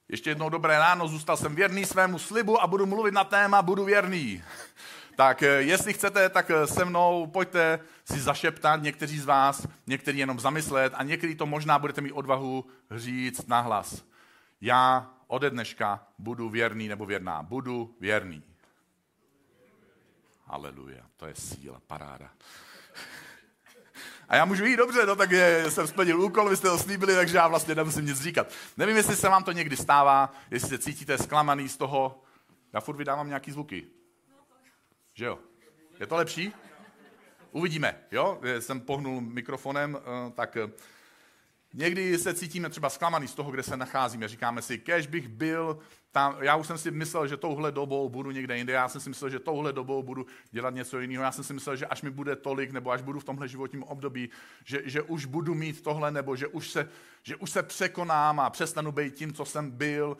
Ještě jednou dobré ráno, zůstal jsem věrný svému slibu a budu mluvit na téma budu věrný. Tak jestli chcete, tak se mnou pojďte si zašeptat, někteří z vás, někteří jenom zamyslet a někteří to možná budete mít odvahu říct nahlas. Já ode dneška budu věrný nebo věrná. Budu věrný. Haleluja, to je síla, paráda. A já můžu jít dobře, no tak jsem splnil úkol, vy jste to slíbili, takže já vlastně nemusím nic říkat. Nevím, jestli se vám to někdy stává, jestli se cítíte zklamaný z toho. Já furt vydávám nějaký zvuky. Že jo? Je to lepší? Uvidíme, jo? Jsem pohnul mikrofonem, tak někdy se cítíme třeba zklamaný z toho, kde se nacházíme. Říkáme si, kéž bych byl tam, já už jsem si myslel, že touhle dobou budu někde jinde, já jsem si myslel, že touhle dobou budu dělat něco jiného, já jsem si myslel, že až mi bude tolik, nebo až budu v tomhle životním období, že už budu mít tohle, nebo že už se překonám a přestanu být tím, co jsem byl.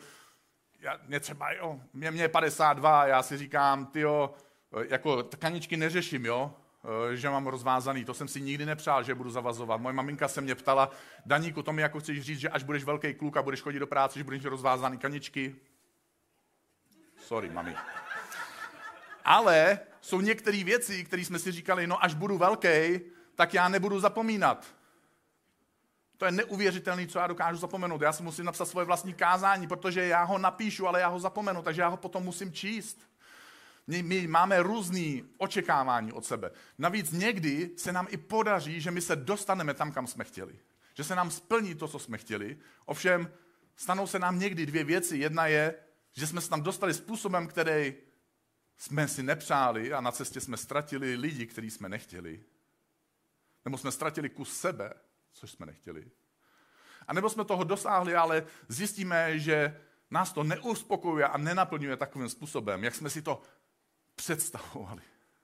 Mě je 52, já si říkám, tyjo, jako kaničky neřeším, jo, že mám rozvázaný, to jsem si nikdy nepřál, že budu zavazovat. Moje maminka se mě ptala, Daníku, to mi jako chceš říct, že až budeš velký kluk a budeš chodit do práce, že budeš rozvázaný kaničky? Sorry, mami. Ale jsou některé věci, které jsme si říkali, no až budu velký, tak já nebudu zapomínat. To je neuvěřitelné, co já dokážu zapomenout. Já si musím napsat svoje vlastní kázání, protože já ho napíšu, ale já ho zapomenu, takže já ho potom musím číst. My máme různý očekávání od sebe. Navíc někdy se nám i podaří, že my se dostaneme tam, kam jsme chtěli. Že se nám splní to, co jsme chtěli. Ovšem, stanou se nám někdy dvě věci. Jedna je, že jsme se tam dostali způsobem, který jsme si nepřáli a na cestě jsme ztratili lidi, který jsme nechtěli. Nebo jsme ztratili kus sebe, což jsme nechtěli. A nebo jsme toho dosáhli, ale zjistíme, že nás to neuspokojuje a nenaplňuje takovým způsobem, jak jsme si to představovali.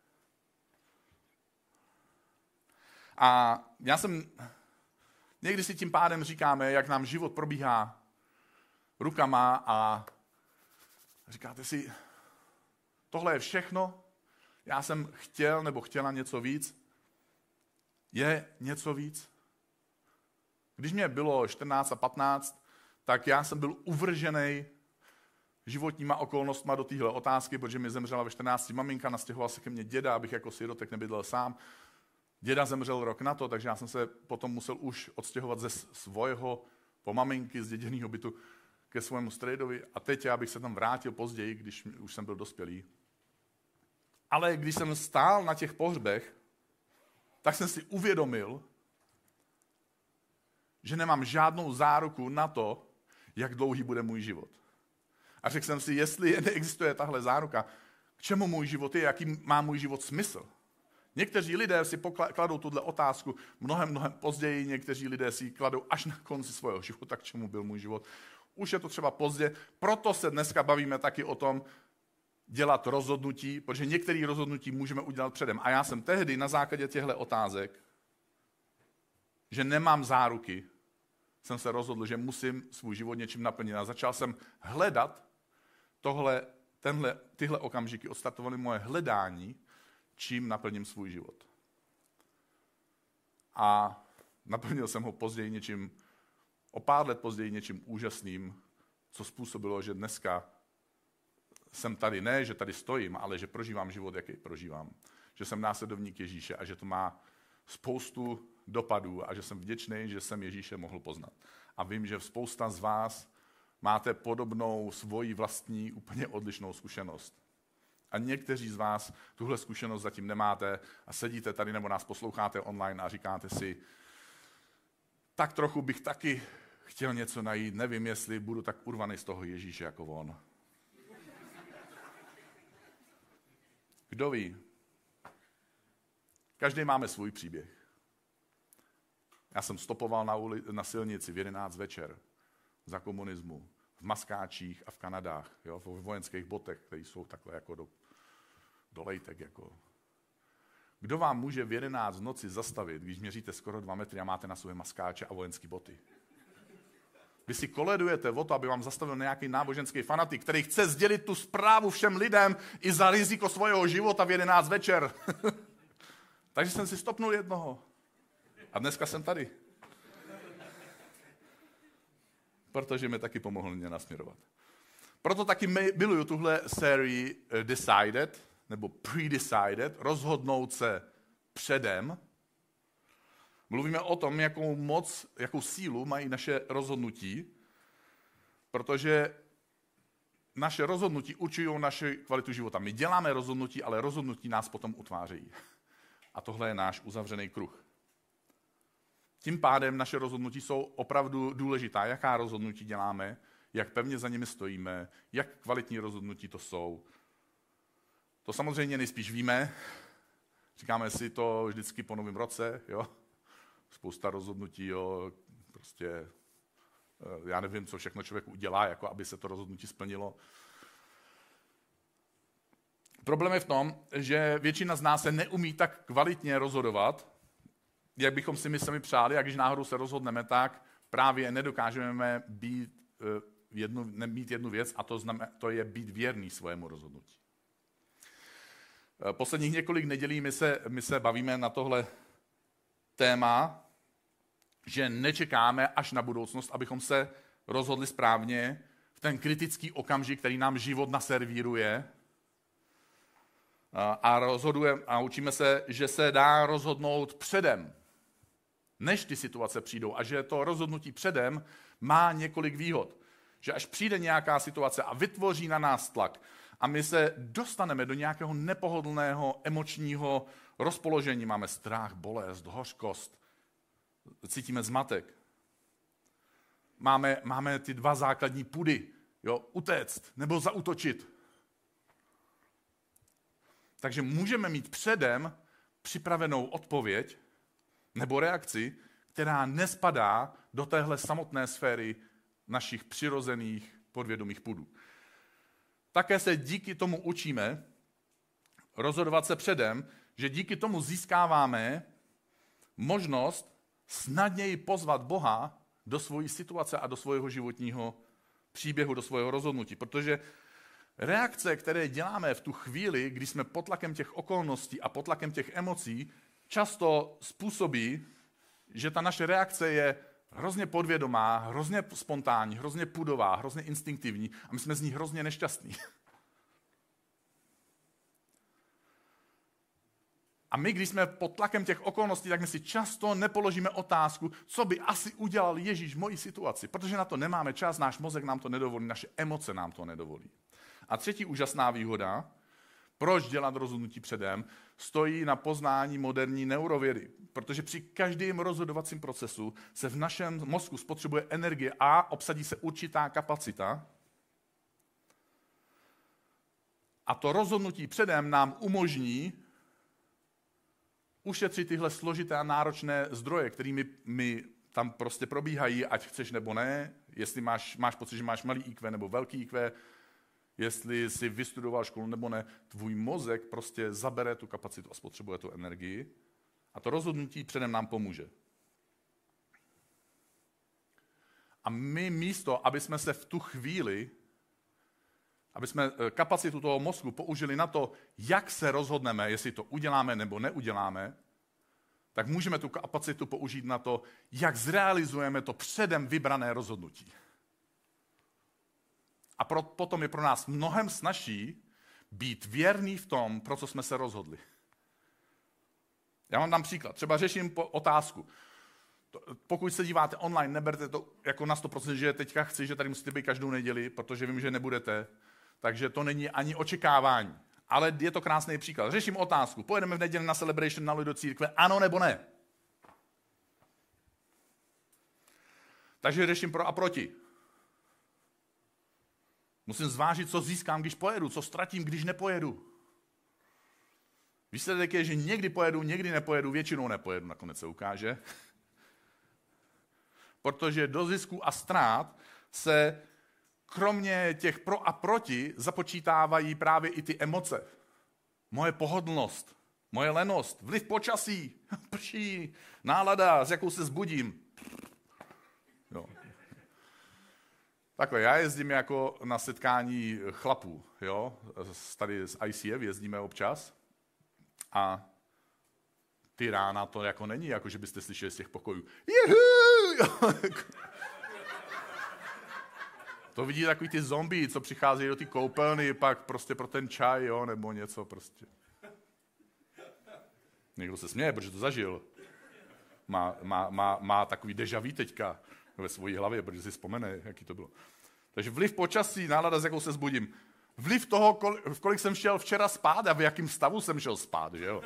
A někdy si tím pádem říkáme, jak nám život probíhá rukama a říkáte si, tohle je všechno, já jsem chtěl nebo chtěla něco víc. Je něco víc? Když mě bylo 14 a 15, tak já jsem byl uvržený životníma okolnostma do téhle otázky, protože mi zemřela ve 14 maminka, nastěhoval se ke mně děda, abych jako sirotek nebydlel sám. Děda zemřel rok na to, takže já jsem se potom musel už odstěhovat ze svého po maminky z děděného bytu ke svému strejdovi a teď já bych se tam vrátil později, když už jsem byl dospělý. Ale když jsem stál na těch pohřbech, tak jsem si uvědomil, že nemám žádnou záruku na to, jak dlouhý bude můj život. A řekl jsem si, jestli neexistuje tahle záruka, k čemu můj život je, jaký má můj život smysl. Někteří lidé si kladou tuhle otázku mnohem později, někteří lidé si kladou až na konci svého života, k čemu byl můj život. Už je to třeba pozdě, proto se dneska bavíme taky o tom dělat rozhodnutí, protože některé rozhodnutí můžeme udělat předem. A já jsem tehdy na základě těchto otázek, že nemám záruky, jsem se rozhodl, že musím svůj život něčím naplnit. A začal jsem hledat tyhle okamžiky, odstartovaly moje hledání, čím naplním svůj život. A naplnil jsem ho o pár let později něčím úžasným, co způsobilo, že dneska jsem tady, ne, že tady stojím, ale že prožívám život, jaký prožívám. Že jsem následovník Ježíše a že to má spoustu dopadů a že jsem vděčný, že jsem Ježíše mohl poznat. A vím, že spousta z vás máte podobnou svoji vlastní, úplně odlišnou zkušenost. A někteří z vás tuhle zkušenost zatím nemáte a sedíte tady nebo nás posloucháte online a říkáte si, tak trochu bych taky chtěl něco najít, nevím, jestli budu tak urvaný z toho Ježíše jako on. Kdo ví? Každý máme svůj příběh. Já jsem stopoval na silnici v 11 večer za komunismu, v maskáčích a v Kanadách, jo, v vojenských botech, které jsou takhle jako do lejtek. Jako. Kdo vám může v 11 v noci zastavit, když měříte skoro 2 metry a máte na sobě maskáče a vojenské boty? Vy si koledujete o to, aby vám zastavil nějaký náboženský fanatik, který chce sdělit tu zprávu všem lidem i za riziko svého života v 11 večer. Takže jsem si stopnul jednoho. A dneska jsem tady. protože mi taky pomohl mě nasměrovat. Proto taky miluju tuhle sérii Decided, nebo Pre-Decided, rozhodnout se předem. Mluvíme o tom, jakou moc, jakou sílu mají naše rozhodnutí, protože naše rozhodnutí určují naši kvalitu života. My děláme rozhodnutí, ale rozhodnutí nás potom utvářejí. A tohle je náš uzavřený kruh. Tím pádem naše rozhodnutí jsou opravdu důležitá. Jaká rozhodnutí děláme, jak pevně za nimi stojíme, jak kvalitní rozhodnutí to jsou. To samozřejmě nejspíš víme. Říkáme si to vždycky po novém roce, jo. Spousta rozhodnutí, jo, prostě já nevím, co všechno člověk udělá, jako aby se to rozhodnutí splnilo. Problém je v tom, že většina z nás se neumí tak kvalitně rozhodovat, jak bychom si my sami přáli, a když náhodou se rozhodneme, tak právě nedokážeme mít jednu věc, a to je být věrný svému rozhodnutí. Posledních několik nedělí my se bavíme na tohle téma, že nečekáme až na budoucnost, abychom se rozhodli správně v ten kritický okamžik, který nám život naservíruje. A učíme se, že se dá rozhodnout předem, než ty situace přijdou. A že to rozhodnutí předem má několik výhod. Že až přijde nějaká situace a vytvoří na nás tlak a my se dostaneme do nějakého nepohodlného emočního rozpoložení, máme strach, bolest, hořkost, cítíme zmatek. Máme ty dva základní pudy, jo, utéct nebo zaútočit. Takže můžeme mít předem připravenou odpověď nebo reakci, která nespadá do téhle samotné sféry našich přirozených podvědomých pudů. Také se díky tomu učíme rozhodovat se předem, že díky tomu získáváme možnost snadněji pozvat Boha do své situace a do svého životního příběhu, do svého rozhodnutí. Protože reakce, které děláme v tu chvíli, kdy jsme pod tlakem těch okolností a pod tlakem těch emocí, často způsobí, že ta naše reakce je hrozně podvědomá, hrozně spontánní, hrozně pudová, hrozně instinktivní a my jsme z ní hrozně nešťastní. A my, když jsme pod tlakem těch okolností, tak my si často nepoložíme otázku, co by asi udělal Ježíš v mojí situaci, protože na to nemáme čas, náš mozek nám to nedovolí, naše emoce nám to nedovolí. A třetí úžasná výhoda, proč dělat rozhodnutí předem, stojí na poznání moderní neurovědy. Protože při každém rozhodovacím procesu se v našem mozku spotřebuje energie a obsadí se určitá kapacita. A to rozhodnutí předem nám umožní ušetřit tyhle složité a náročné zdroje, kterými mi tam prostě probíhají, ať chceš nebo ne, jestli máš pocit, že máš malý IQ nebo velký IQ, jestli jsi vystudoval školu nebo ne, tvůj mozek prostě zabere tu kapacitu a spotřebuje tu energii a to rozhodnutí předem nám pomůže. A my místo, aby jsme se v tu chvíli, aby jsme kapacitu toho mozku použili na to, jak se rozhodneme, jestli to uděláme nebo neuděláme, tak můžeme tu kapacitu použít na to, jak zrealizujeme to předem vybrané rozhodnutí. A potom je pro nás mnohem snazší být věrný v tom, pro co jsme se rozhodli. Já vám dám příklad. Třeba řeším otázku. Pokud se díváte online, neberte to jako na 100%, že teďka chci, že tady musíte být každou neděli, protože vím, že nebudete. Takže to není ani očekávání. Ale je to krásný příklad. Řeším otázku. Pojedeme v neděli na celebration na Lid do církve, ano nebo ne? Takže řeším pro a proti. Musím zvážit, co získám, když pojedu, co ztratím, když nepojedu. Výsledek je, že někdy pojedu, někdy nepojedu, většinou nepojedu, nakonec se ukáže. Protože do zisku a ztrát se kromě těch pro a proti započítávají právě i ty emoce. Moje pohodlnost, moje lenost, vliv počasí, prší, nálada, s jakou se zbudím. Jo. Takhle, já jezdím jako na setkání chlapů, jo? Tady z ICF jezdíme občas a ty rána to jako není, jako že byste slyšeli z těch pokojů. Juhu! To vidí takový ty zombie, co přicházejí do ty koupelny, pak prostě pro ten čaj, jo, nebo něco prostě. Někdo se směje, protože to zažil. Má takový déjà vu teďka ve své hlavě, protože si vzpomene, jaký to bylo. Takže vliv počasí, nálada, s jakou se zbudím. Vliv toho, v kolik jsem šel včera spát a v jakém stavu jsem šel spát, že jo?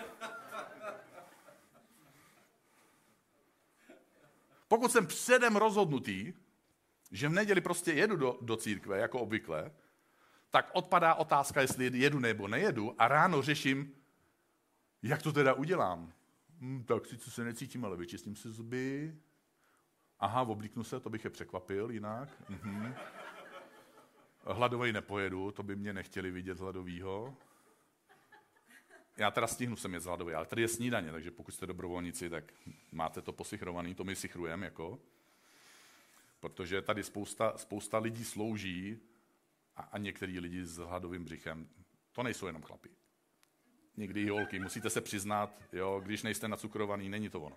Pokud jsem předem rozhodnutý, že v neděli prostě jedu do církve, jako obvykle, tak odpadá otázka, jestli jedu nebo nejedu a ráno řeším, jak to teda udělám. Tak sice se necítím, ale vyčistím si zuby. Aha, oblíknu se, to bych je překvapil jinak. Hladovej nepojedu, to by mě nechtěli vidět hladovýho. Já teda stihnu sem jet hladový, ale tady je snídaně, takže pokud jste dobrovolníci, tak máte to posichrovaný, to my sichrujeme, jako. Protože tady spousta lidí slouží a některý lidi s hladovým břichem, to nejsou jenom chlapi. Někdy i holky, musíte se přiznat, jo, když nejste nacukrovaný, není to ono.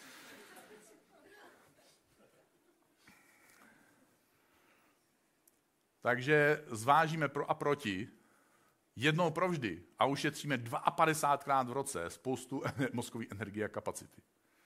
Takže zvážíme pro a proti jednou provždy a ušetříme 52krát v roce spoustu mozkové energie a kapacity.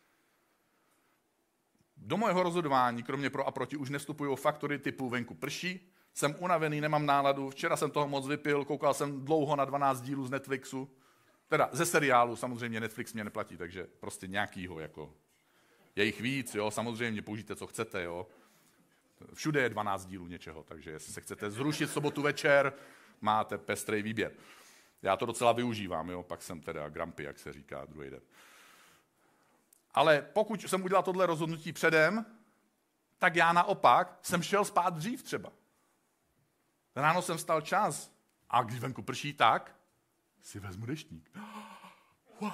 Do mojeho rozhodování, kromě pro a proti, už nevstupují faktory typu venku prší, jsem unavený, nemám náladu, včera jsem toho moc vypil, koukal jsem dlouho na 12 dílů z Netflixu, teda ze seriálu, samozřejmě Netflix mě neplatí, takže prostě nějakýho, jako je jich víc, jo, samozřejmě použijte, co chcete, jo. Všude je 12 dílů něčeho, takže jestli se chcete zrušit sobotu večer, máte pestrej výběr. Já to docela využívám, jo, pak jsem teda grumpy, jak se říká, druhý den. Ale pokud jsem udělal tohle rozhodnutí předem, tak já naopak jsem šel spát dřív třeba. Ráno jsem vstal čas a když venku prší, tak si vezmu deštník. Wow.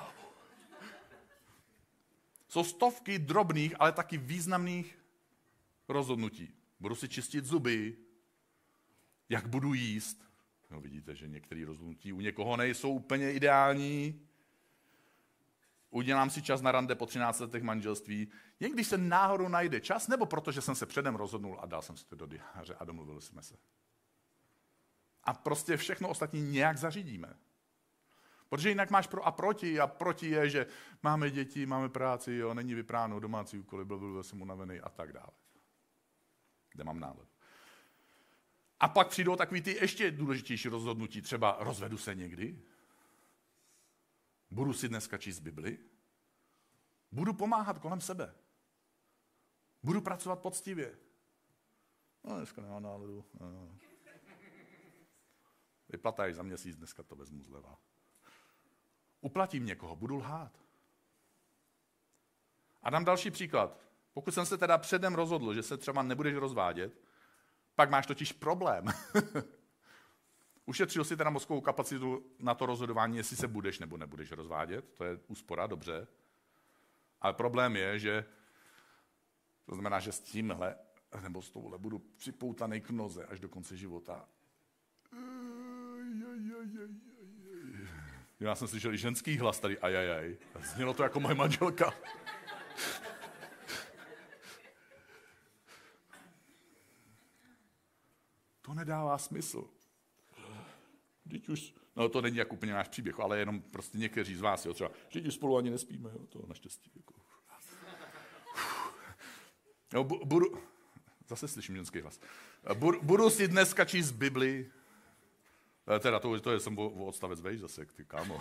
Jsou stovky drobných, ale taky významných rozhodnutí. Budu si čistit zuby, jak budu jíst. No, vidíte, že některé rozhodnutí u někoho nejsou úplně ideální. Udělám si čas na rande po 13 letech manželství. Jen když se náhodou najde čas, nebo protože jsem se předem rozhodnul a dal jsem si to do diáře a domluvili jsme se. A prostě všechno ostatní nějak zařídíme. Protože jinak máš pro a proti. A proti je, že máme děti, máme práci, jo, není vypráno, domácí úkoly, byl jsem unavený a tak dále. Kde mám náladu. A pak přijdou takový ty ještě důležitější rozhodnutí, třeba rozvedu se někdy, budu si dneska číst Bibli, budu pomáhat kolem sebe, budu pracovat poctivě. No, dneska nemám náladu. No. Vyplata za měsíc, dneska to vezmu zleva. Uplatím někoho, budu lhát. A dám další příklad. Pokud jsem se teda předem rozhodl, že se třeba nebudeš rozvádět, pak máš totiž problém. Ušetřil si teda mozkovou kapacitu na to rozhodování, jestli se budeš nebo nebudeš rozvádět. To je úspora, dobře. Ale problém je, že to znamená, že s tímhle nebo s touhle budu připoutaný k noze až do konce života. Já jsem slyšel i ženský hlas tady, ajajaj. Znělo to jako moje manželka. To nedává smysl. Vždyť už, no to není jak úplně náš příběh, ale jenom prostě někteří z vás, jo, třeba, vždyť už spolu ani nespíme, jo, to naštěstí. Jako. Jo, zase slyším ženský hlas. Budu si dneska číst Bibli, teda to je jsem o odstavec vejš zase, ty kámo.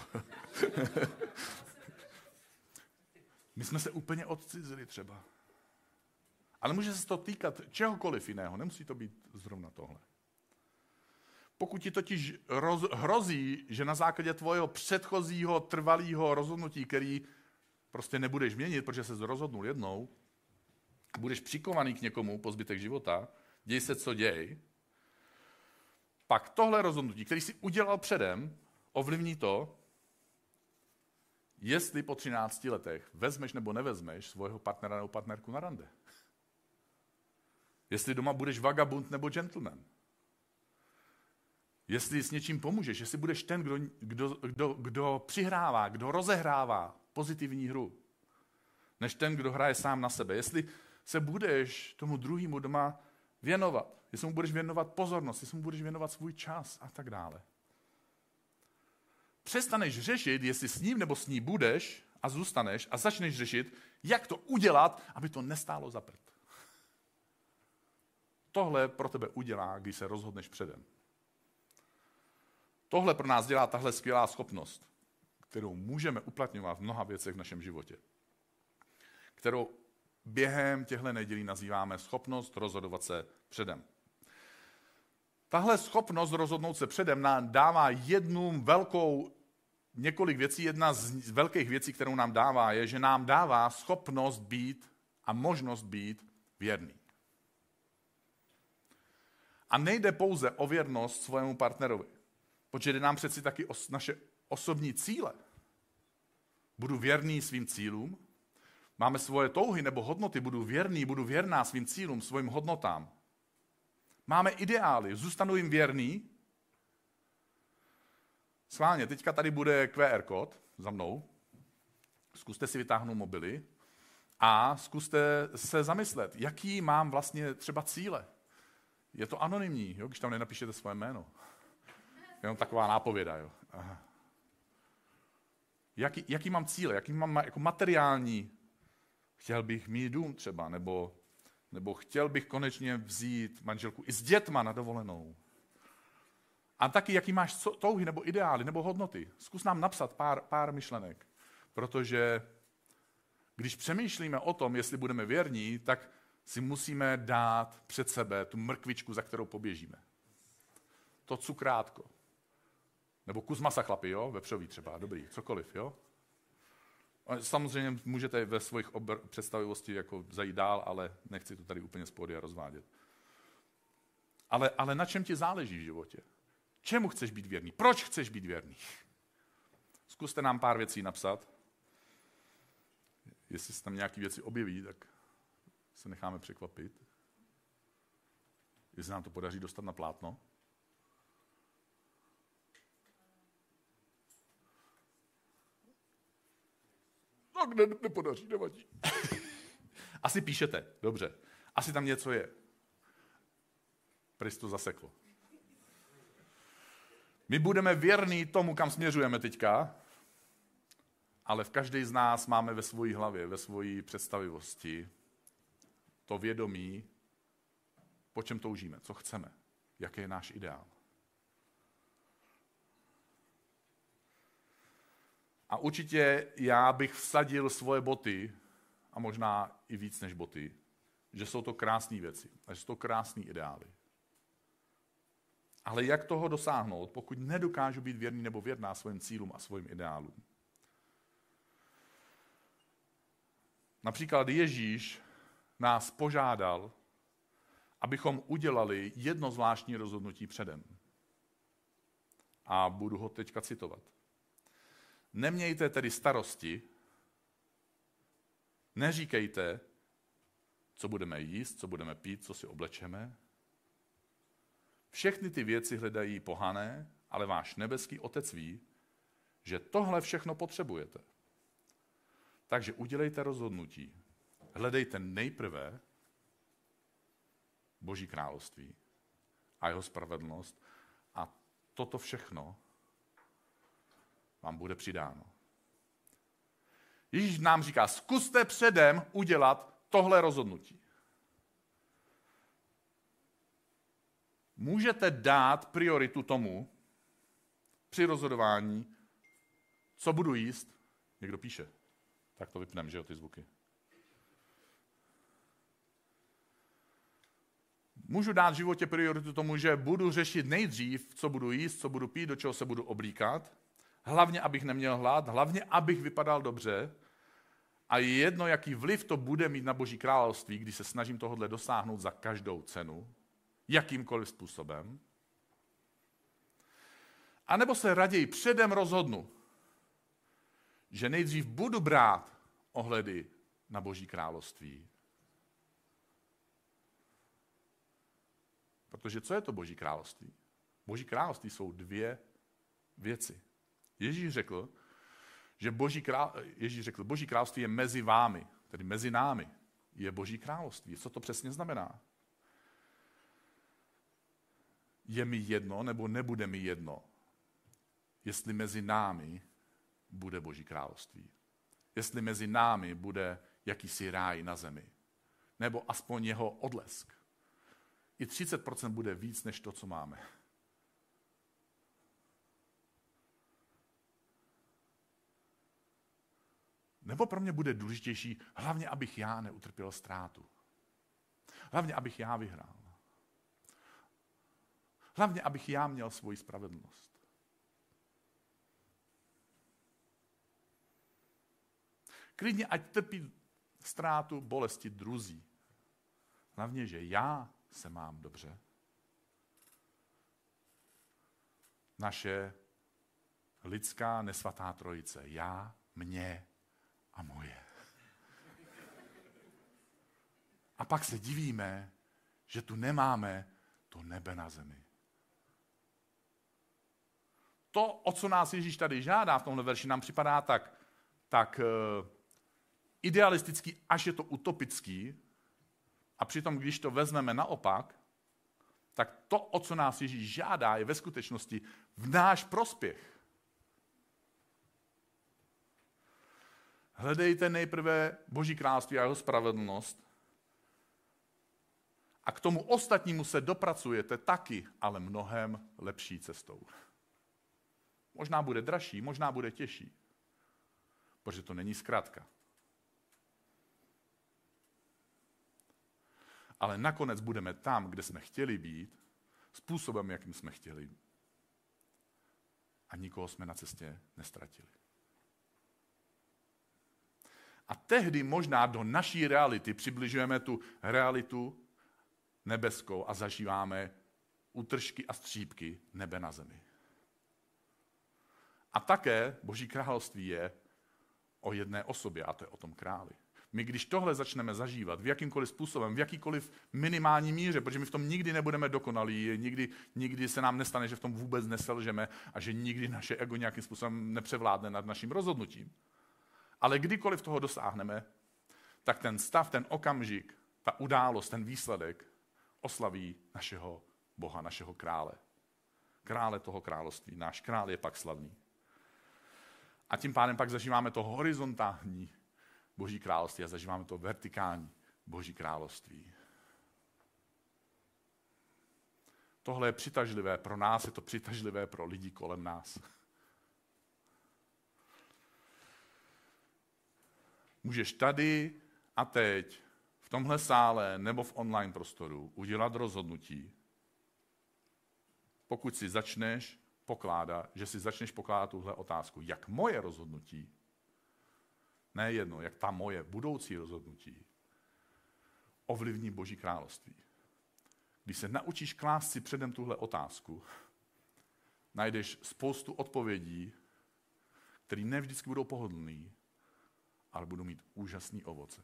My jsme se úplně odcizili třeba. Ale může se to týkat čehokoliv jiného, nemusí to být zrovna tohle. Pokud ti totiž hrozí, že na základě tvojeho předchozího trvalého rozhodnutí, který prostě nebudeš měnit, protože jsi rozhodnul jednou, budeš přikovaný k někomu po zbytek života, děj se, co děj, pak tohle rozhodnutí, který jsi udělal předem, ovlivní to, jestli po 13 letech vezmeš nebo nevezmeš svého partnera nebo partnerku na rande. Jestli doma budeš vagabund nebo gentleman. Jestli s něčím pomůžeš, jestli budeš ten, kdo přihrává, kdo rozehrává pozitivní hru, než ten, kdo hraje sám na sebe. Jestli se budeš tomu druhému doma věnovat, jestli mu budeš věnovat pozornost, jestli mu budeš věnovat svůj čas a tak dále. Přestaneš řešit, jestli s ním nebo s ní budeš a zůstaneš a začneš řešit, jak to udělat, aby to nestálo za prd. Tohle pro tebe udělá, když se rozhodneš předem. Tohle pro nás dělá tahle skvělá schopnost, kterou můžeme uplatňovat v mnoha věcech v našem životě. Kterou během těchto nedělí nazýváme schopnost rozhodovat se předem. Tahle schopnost rozhodnout se předem nám dává několik věcí. Jedna z velkých věcí, kterou nám dává, je, že nám dává schopnost být a možnost být věrný. A nejde pouze o věrnost svému partnerovi, protože jde nám přeci taky o naše osobní cíle. Budu věrný svým cílům, máme svoje touhy nebo hodnoty, budu věrná svým cílům, svým hodnotám. Máme ideály, zůstanu jim věrný. Schválně, teďka tady bude QR kód za mnou. Zkuste si vytáhnout mobily a zkuste se zamyslet, jaký mám vlastně třeba cíle. Je to anonymní, jo, když tam nenapíšete svoje jméno. Jenom taková nápověda. Jo. Aha. Jaký mám cíle, jaký mám jako materiální. Chtěl bych mít dům třeba, nebo chtěl bych konečně vzít manželku i s dětma na dovolenou. A taky, jaký máš touhy, nebo ideály, nebo hodnoty. Zkus nám napsat pár myšlenek. Protože když přemýšlíme o tom, jestli budeme věrní, tak si musíme dát před sebe tu mrkvičku, za kterou poběžíme. To cukrátko. Nebo kus masa, chlapi, jo? Vepřový třeba, dobrý, cokoliv, jo? Samozřejmě můžete ve svých představivosti jako zajít dál, ale nechci to tady úplně spory a rozvádět. Ale na čem ti záleží v životě? Čemu chceš být věrný? Proč chceš být věrný? Zkuste nám pár věcí napsat. Jestli se tam nějaké věci objeví, tak se necháme překvapit. Jestli nám to podaří dostat na plátno. Tak nepodaří, nevadí. Asi píšete, dobře. Asi tam něco je. Prys to zaseklo. My budeme věrní tomu, kam směřujeme teďka, ale v každý z nás máme ve své hlavě, ve své představivosti to vědomí, po čem toužíme, co chceme, jaký je náš ideál. A určitě já bych vsadil svoje boty, a možná i víc než boty, že jsou to krásné věci a že jsou to krásné ideály. Ale jak toho dosáhnout, pokud nedokážu být věrný nebo věrná svým cílům a svým ideálům? Například Ježíš nás požádal, abychom udělali jedno zvláštní rozhodnutí předem. A budu ho teďka citovat. Nemějte tedy starosti, neříkejte, co budeme jíst, co budeme pít, co si oblečeme. Všechny ty věci hledají pohané, ale váš nebeský Otec ví, že tohle všechno potřebujete. Takže udělejte rozhodnutí. Hledejte nejprve Boží království a jeho spravedlnost a toto všechno vám bude přidáno. Ježíš nám říká, zkuste předem udělat tohle rozhodnutí. Můžete dát prioritu tomu při rozhodování, co budu jíst. Někdo píše. Tak to vypneme, že jo, ty zvuky. Můžu dát v životě prioritu tomu, že budu řešit nejdřív, co budu jíst, co budu pít, do čeho se budu oblíkat. Hlavně, abych neměl hlad, hlavně, abych vypadal dobře. A je jedno, jaký vliv to bude mít na Boží království, když se snažím tohodle dosáhnout za každou cenu, jakýmkoliv způsobem. A nebo se raději předem rozhodnu, že nejdřív budu brát ohledy na Boží království. Protože co je to Boží království? Boží království jsou dvě věci. Ježíš řekl, Boží království je mezi vámi, tedy mezi námi je Boží království. Co to přesně znamená? je mi jedno, nebo nebude mi jedno, jestli mezi námi bude Boží království. Jestli mezi námi bude jakýsi ráj na zemi. Nebo aspoň jeho odlesk. I 30% bude víc, než to, co máme. Nebo pro mě bude důležitější, hlavně, abych já neutrpěl ztrátu. Hlavně, abych já vyhrál. Hlavně, abych já měl svoji spravedlnost. Klidně, ať trpí ztrátu, bolesti druzí. Hlavně, že já se mám dobře. Naše lidská nesvatá trojice. Já, mě a moje. A pak se divíme, že tu nemáme to nebe na zemi. To, o co nás Ježíš tady žádá v tomhle verši, nám připadá tak idealistický, až je to utopický. A přitom, když to vezmeme naopak, tak to, o co nás Ježíš žádá, je ve skutečnosti v náš prospěch. Hledejte nejprve Boží království a jeho spravedlnost a k tomu ostatnímu se dopracujete taky, ale mnohem lepší cestou. Možná bude dražší, možná bude těžší, protože to není zkratka. Ale nakonec budeme tam, kde jsme chtěli být, způsobem, jakým jsme chtěli. A nikoho jsme na cestě nestratili. A tehdy možná do naší reality přibližujeme tu realitu nebeskou a zažíváme útržky a střípky nebe na zemi. A také Boží království je o jedné osobě, a to je o tom králi. My když tohle začneme zažívat v jakýmkoliv způsobem, v jakýkoliv minimální míře, protože my v tom nikdy nebudeme dokonalí, nikdy se nám nestane, že v tom vůbec neselžeme a že nikdy naše ego nějakým způsobem nepřevládne nad naším rozhodnutím. Ale kdykoliv toho dosáhneme, tak ten stav, ten okamžik, ta událost, ten výsledek oslaví našeho Boha, našeho krále. Krále toho království. Náš král je pak slavný. A tím pádem pak zažíváme to horizontální Boží království a zažíváme to vertikální Boží království. Tohle je přitažlivé pro nás, je to přitažlivé pro lidi kolem nás. Můžeš tady a teď, v tomhle sále nebo v online prostoru udělat rozhodnutí, pokud si začneš pokládat tuhle otázku. Jak moje rozhodnutí, ne jedno, jak ta moje budoucí rozhodnutí ovlivní Boží království. Když se naučíš klást si předem tuhle otázku, najdeš spoustu odpovědí, které ne vždycky budou pohodlný, ale budou mít úžasný ovoce.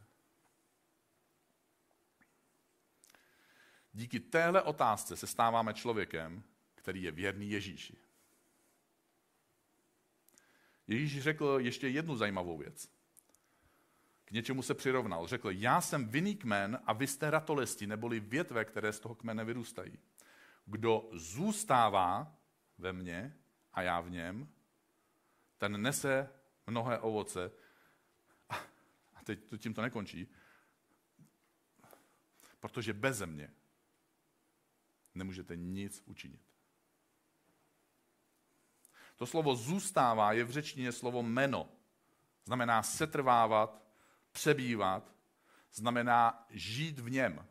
Díky téhle otázce se stáváme člověkem, který je věrný Ježíši. Ježíš řekl ještě jednu zajímavou věc. K něčemu se přirovnal. Řekl, já jsem vinný kmen a vy jste ratolesti, neboli větve, které z toho kmene vyrůstají. Kdo zůstává ve mně a já v něm, ten nese mnohé ovoce. A teď to tím to nekončí. Protože beze mě nemůžete nic učinit. To slovo zůstává je v řečtině slovo meno. Znamená setrvávat, přebývat, znamená žít v něm.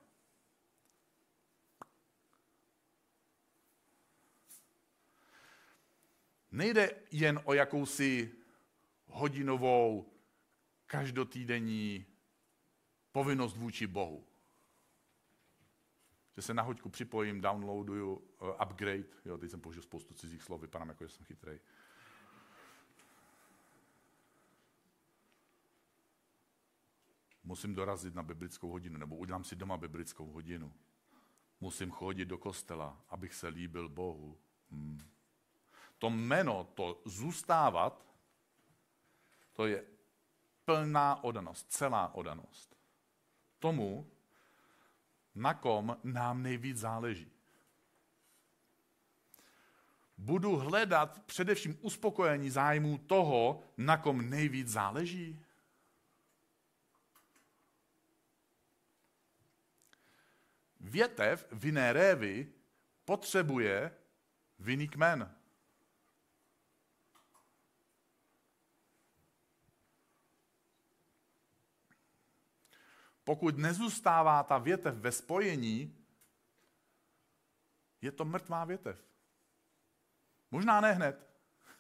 Nejde jen o jakousi hodinovou, každotýdenní povinnost vůči Bohu. Že se na hoďku připojím, downloaduju, upgrade. Jo, teď jsem použil spoustu cizích slov, vypadám jako, že jsem chytrej. Musím dorazit na biblickou hodinu, nebo udělám si doma biblickou hodinu. Musím chodit do kostela, abych se líbil Bohu. To jméno, to zůstávat, to je plná oddanost, celá oddanost. Tomu, na kom nám nejvíc záleží. Budu hledat především uspokojení zájmu toho, na kom nejvíc záleží? Větev vinné révy potřebuje vinný kmen. Pokud nezůstává ta větev ve spojení, je to mrtvá větev. Možná ne hned.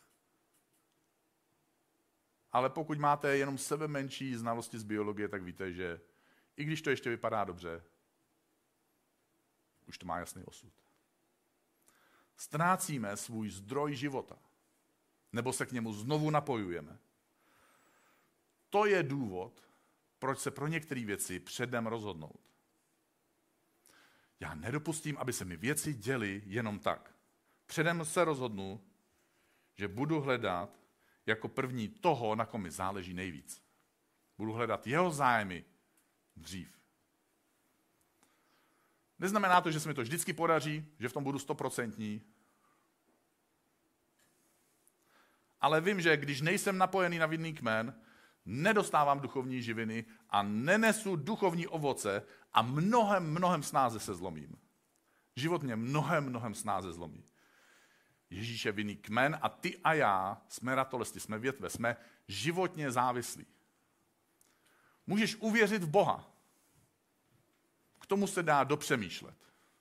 Ale pokud máte jenom sebe menší znalosti z biologie, tak víte, že i když to ještě vypadá dobře, už to má jasný osud. Ztrácíme svůj zdroj života. Nebo se k němu znovu napojujeme. To je důvod, proč se pro některé věci předem rozhodnout. Já nedopustím, aby se mi věci děly jenom tak. Předem se rozhodnu, že budu hledat jako první toho, na kom mi záleží nejvíc. Budu hledat jeho zájmy dřív. Neznamená to, že se mi to vždycky podaří, že v tom budu 100%. Ale vím, že když nejsem napojený na vinný kmen, nedostávám duchovní živiny a nenesu duchovní ovoce a mnohem snáze se zlomím. Život mě mnohem snáze zlomí. Ježíš je vinný kmen a ty a já jsme ratolesti, jsme větve, jsme životně závislí. Můžeš uvěřit v Boha. K tomu se dá dopřemýšlet.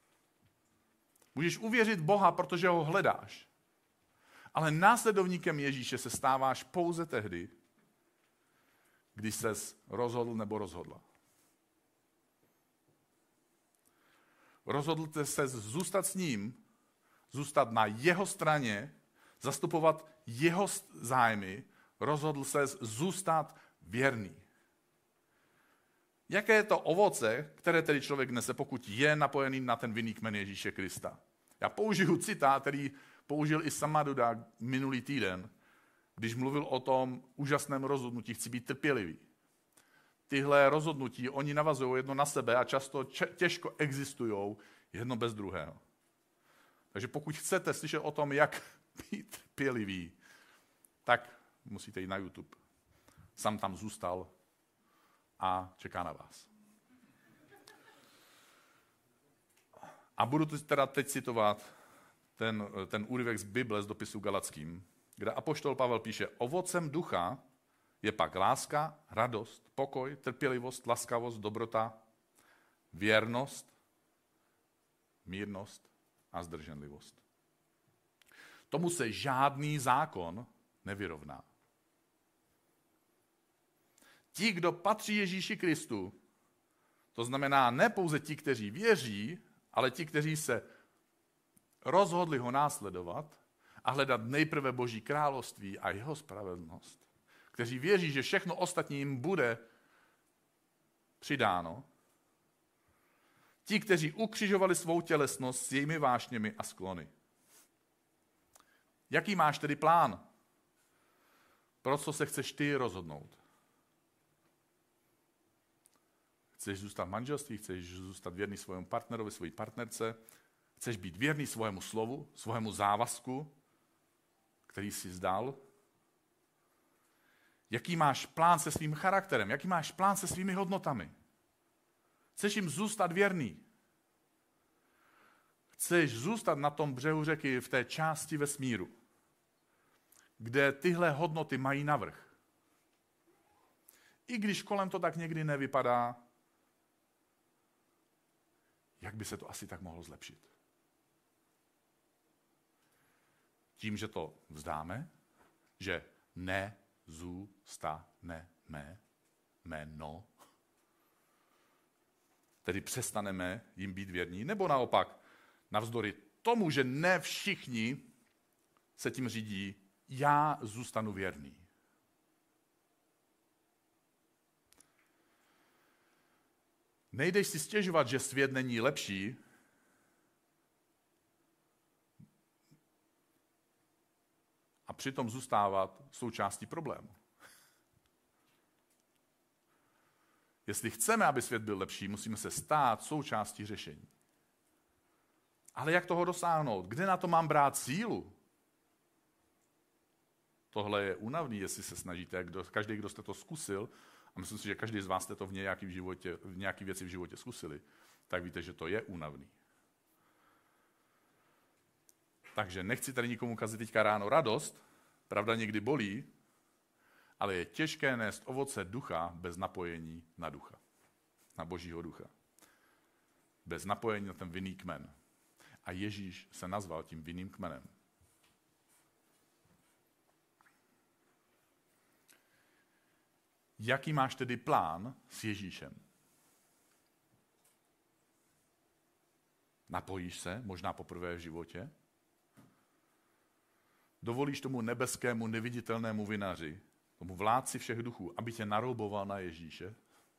Můžeš uvěřit v Boha, protože ho hledáš. Ale následovníkem Ježíše se stáváš pouze tehdy, když ses rozhodl nebo rozhodla. Rozhodl ses zůstat s ním, zůstat na jeho straně, zastupovat jeho zájmy, rozhodl ses zůstat věrný. Jaké je to ovoce, které tedy člověk nese, pokud je napojený na ten vinný kmen Ježíše Krista? Já použiju citát, který použil i Samaduda minulý týden, když mluvil o tom úžasném rozhodnutí, chci být trpělivý. Tyhle rozhodnutí, oni navazují jedno na sebe a často těžko existují jedno bez druhého. Takže pokud chcete slyšet o tom, jak být trpělivý, tak musíte jít na YouTube. Sam tam zůstal a čeká na vás. A budu teda teď citovat ten úryvek z Bible, z dopisu Galackým, kde apoštol Pavel píše: ovocem ducha je pak láska, radost, pokoj, trpělivost, laskavost, dobrota, věrnost, mírnost a zdrženlivost. Tomu se žádný zákon nevyrovná. Ti, kdo patří Ježíši Kristu, to znamená ne pouze ti, kteří věří, ale ti, kteří se rozhodli ho následovat a hledat nejprve Boží království a jeho spravedlnost, kteří věří, že všechno ostatní jim bude přidáno, ti, kteří ukřižovali svou tělesnost s jejími vášněmi a sklony. Jaký máš tedy plán? Pro co se chceš ty rozhodnout? Chceš zůstat v manželství, chceš zůstat věrný svému partnerovi, své partnerce, chceš být věrný svému slovu, svému závazku, který jsi zdal? Jaký máš plán se svým charakterem? Jaký máš plán se svými hodnotami? Chceš jim zůstat věrný? Chceš zůstat na tom břehu řeky v té části vesmíru, kde tyhle hodnoty mají navrch? I když kolem to tak někdy nevypadá, jak by se to asi tak mohlo zlepšit? Tím, že to vzdáme, že nezůstaneme jméno, tedy přestaneme jim být věrní, nebo naopak, navzdory tomu, že ne všichni se tím řídí, já zůstanu věrný. Nejdeš si stěžovat, že svět není lepší, a přitom zůstávat součástí problému. Jestli chceme, aby svět byl lepší, musíme se stát součástí řešení. Ale jak toho dosáhnout? Kde na to mám brát sílu? tohle je únavný, jestli se snažíte, každý, kdo jste to zkusil, a myslím si, že každý z vás jste to v nějaký věci v životě zkusili, tak víte, že to je únavný. Takže nechci tady nikomu kazit teďka ráno radost, pravda někdy bolí, ale je těžké nést ovoce ducha bez napojení na ducha, na Božího ducha. Bez napojení na ten vinný kmen. A Ježíš se nazval tím vinným kmenem. Jaký máš tedy plán s Ježíšem? Napojíš se, možná poprvé v životě? Dovolíš tomu nebeskému, neviditelnému vinaři, tomu vládci všech duchů, aby tě narouboval na Ježíše?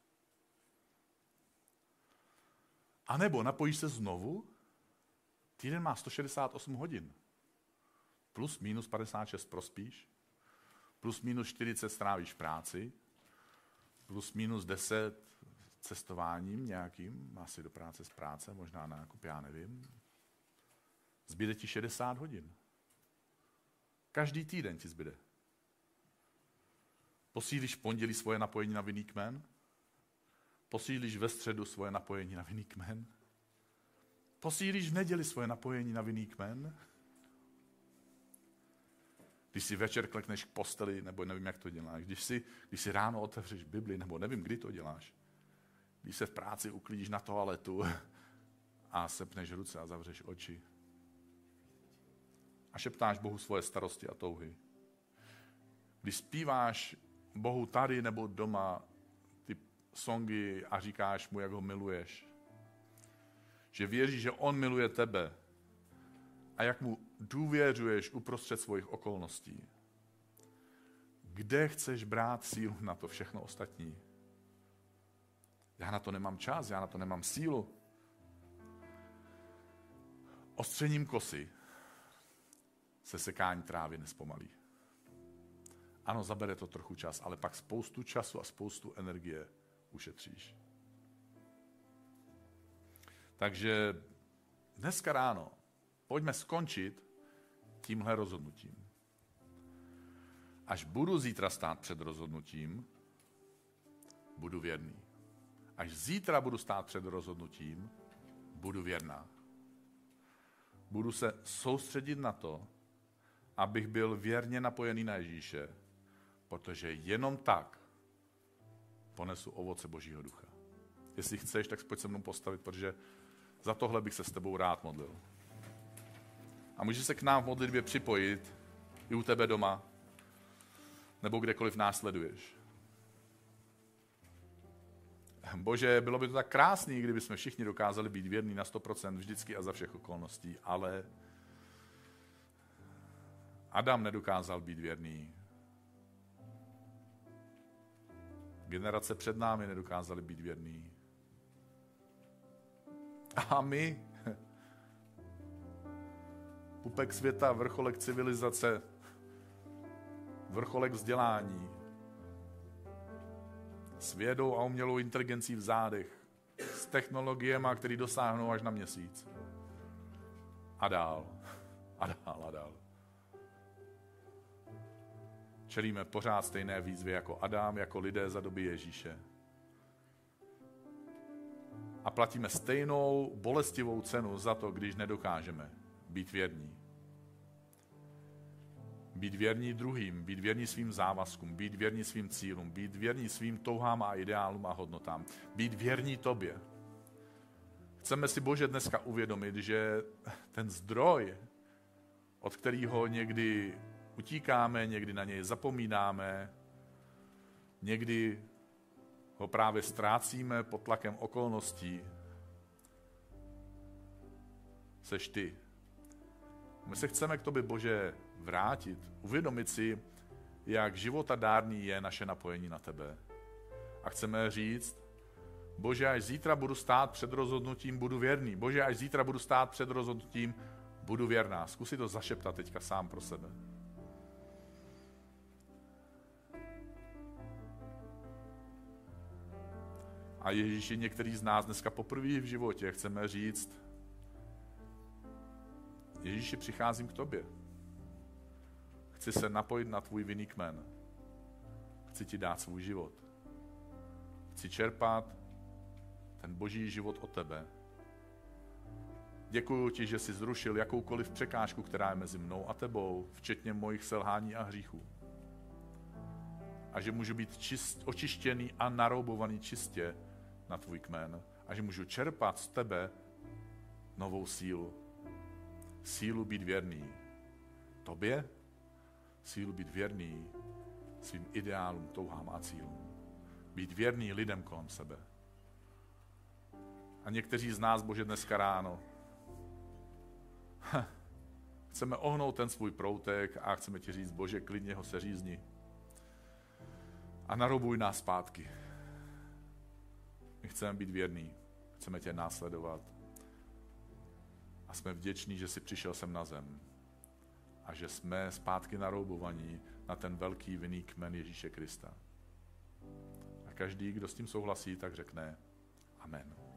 A nebo napojíš se znovu? Týden má 168 hodin. Plus minus 56 prospíš, plus minus 40 strávíš v práci, plus minus 10 cestováním nějakým, asi do práce z práce, možná na nákup, já nevím. Zbyde ti 60 hodin. Každý týden ti zbyde. Posílíš v pondělí svoje napojení na vinný kmen? Posílíš ve středu svoje napojení na vinný kmen? Posílíš v neděli svoje napojení na vinný kmen? Když si večer klekneš k posteli, nebo nevím, jak to děláš, když si ráno otevřeš Bibli, nebo nevím, kdy to děláš, když se v práci uklidíš na toaletu a sepneš ruce a zavřeš oči a šeptáš Bohu svoje starosti a touhy. Když zpíváš Bohu tady nebo doma ty songy a říkáš mu, jak ho miluješ, že věříš, že on miluje tebe a jak mu důvěřuješ uprostřed svých okolností. Kde chceš brát sílu na to všechno ostatní? Já na to nemám čas, já na to nemám sílu. Ostřením kosy se sekání trávy nespomalí. Ano, zabere to trochu čas, ale pak spoustu času a spoustu energie ušetříš. Takže dneska ráno pojďme skončit tímhle rozhodnutím. Až budu zítra stát před rozhodnutím, budu věrný. Až zítra budu stát před rozhodnutím, budu věrná. Budu se soustředit na to, abych byl věrně napojený na Ježíše, protože jenom tak ponesu ovoce Božího ducha. Jestli chceš, tak pojď se mnou postavit, protože za tohle bych se s tebou rád modlil. A můžeš se k nám v modlitbě připojit i u tebe doma, nebo kdekoliv následuješ. Bože, bylo by to tak krásný, kdyby jsme všichni dokázali být věrní na 100% vždycky a za všech okolností, ale Adam nedokázal být věrný. Generace před námi nedokázali být věrný. A my, pupek světa, vrcholek civilizace, vrcholek vzdělání, s vědou a umělou inteligencí v zádech, s technologiemi, které dosáhnou až na Měsíc. A dál. A dál, a dál. Čelíme pořád stejné výzvy jako Adam, jako lidé za doby Ježíše. A platíme stejnou bolestivou cenu za to, když nedokážeme být věrní. Být věrní druhým, být věrní svým závazkům, být věrní svým cílům, být věrní svým touhám a ideálům a hodnotám. Být věrní tobě. Chceme si, Bože, dneska uvědomit, že ten zdroj, od kterého někdy utíkáme, někdy na něj zapomínáme, někdy ho právě ztrácíme pod tlakem okolností, seš ty. My se chceme k tobě, Bože, vrátit, uvědomit si, jak životadárný je naše napojení na tebe. A chceme říct, Bože, až zítra budu stát před rozhodnutím, budu věrný. Bože, až zítra budu stát před rozhodnutím, budu věrná. Zkus si to zašeptat teďka sám pro sebe. A Ježíši, některý z nás dneska poprvé v životě chceme říct, Ježíši, přicházím k tobě. Chci se napojit na tvůj vinný kmen. Chci ti dát svůj život. Chci čerpat ten boží život od tebe. Děkuju ti, že jsi zrušil jakoukoliv překážku, která je mezi mnou a tebou, včetně mojich selhání a hříchů. A že můžu být očištěný a naroubovaný čistě na tvůj kmen. A že můžu čerpat z tebe novou sílu. Sílu být věrný tobě, sílu být věrný svým ideálům, touhám a cílům. Být věrný lidem kolem sebe. A někteří z nás, Bože, dneska ráno chceme ohnout ten svůj proutek a chceme ti říct, Bože, klidně ho seřízni a naroubuj nás zpátky. My chceme být věrní, chceme tě následovat a jsme vděční, že jsi přišel sem na zem a že jsme zpátky naroubovaní na ten velký vinný kmen Ježíše Krista. A každý, kdo s tím souhlasí, tak řekne amen.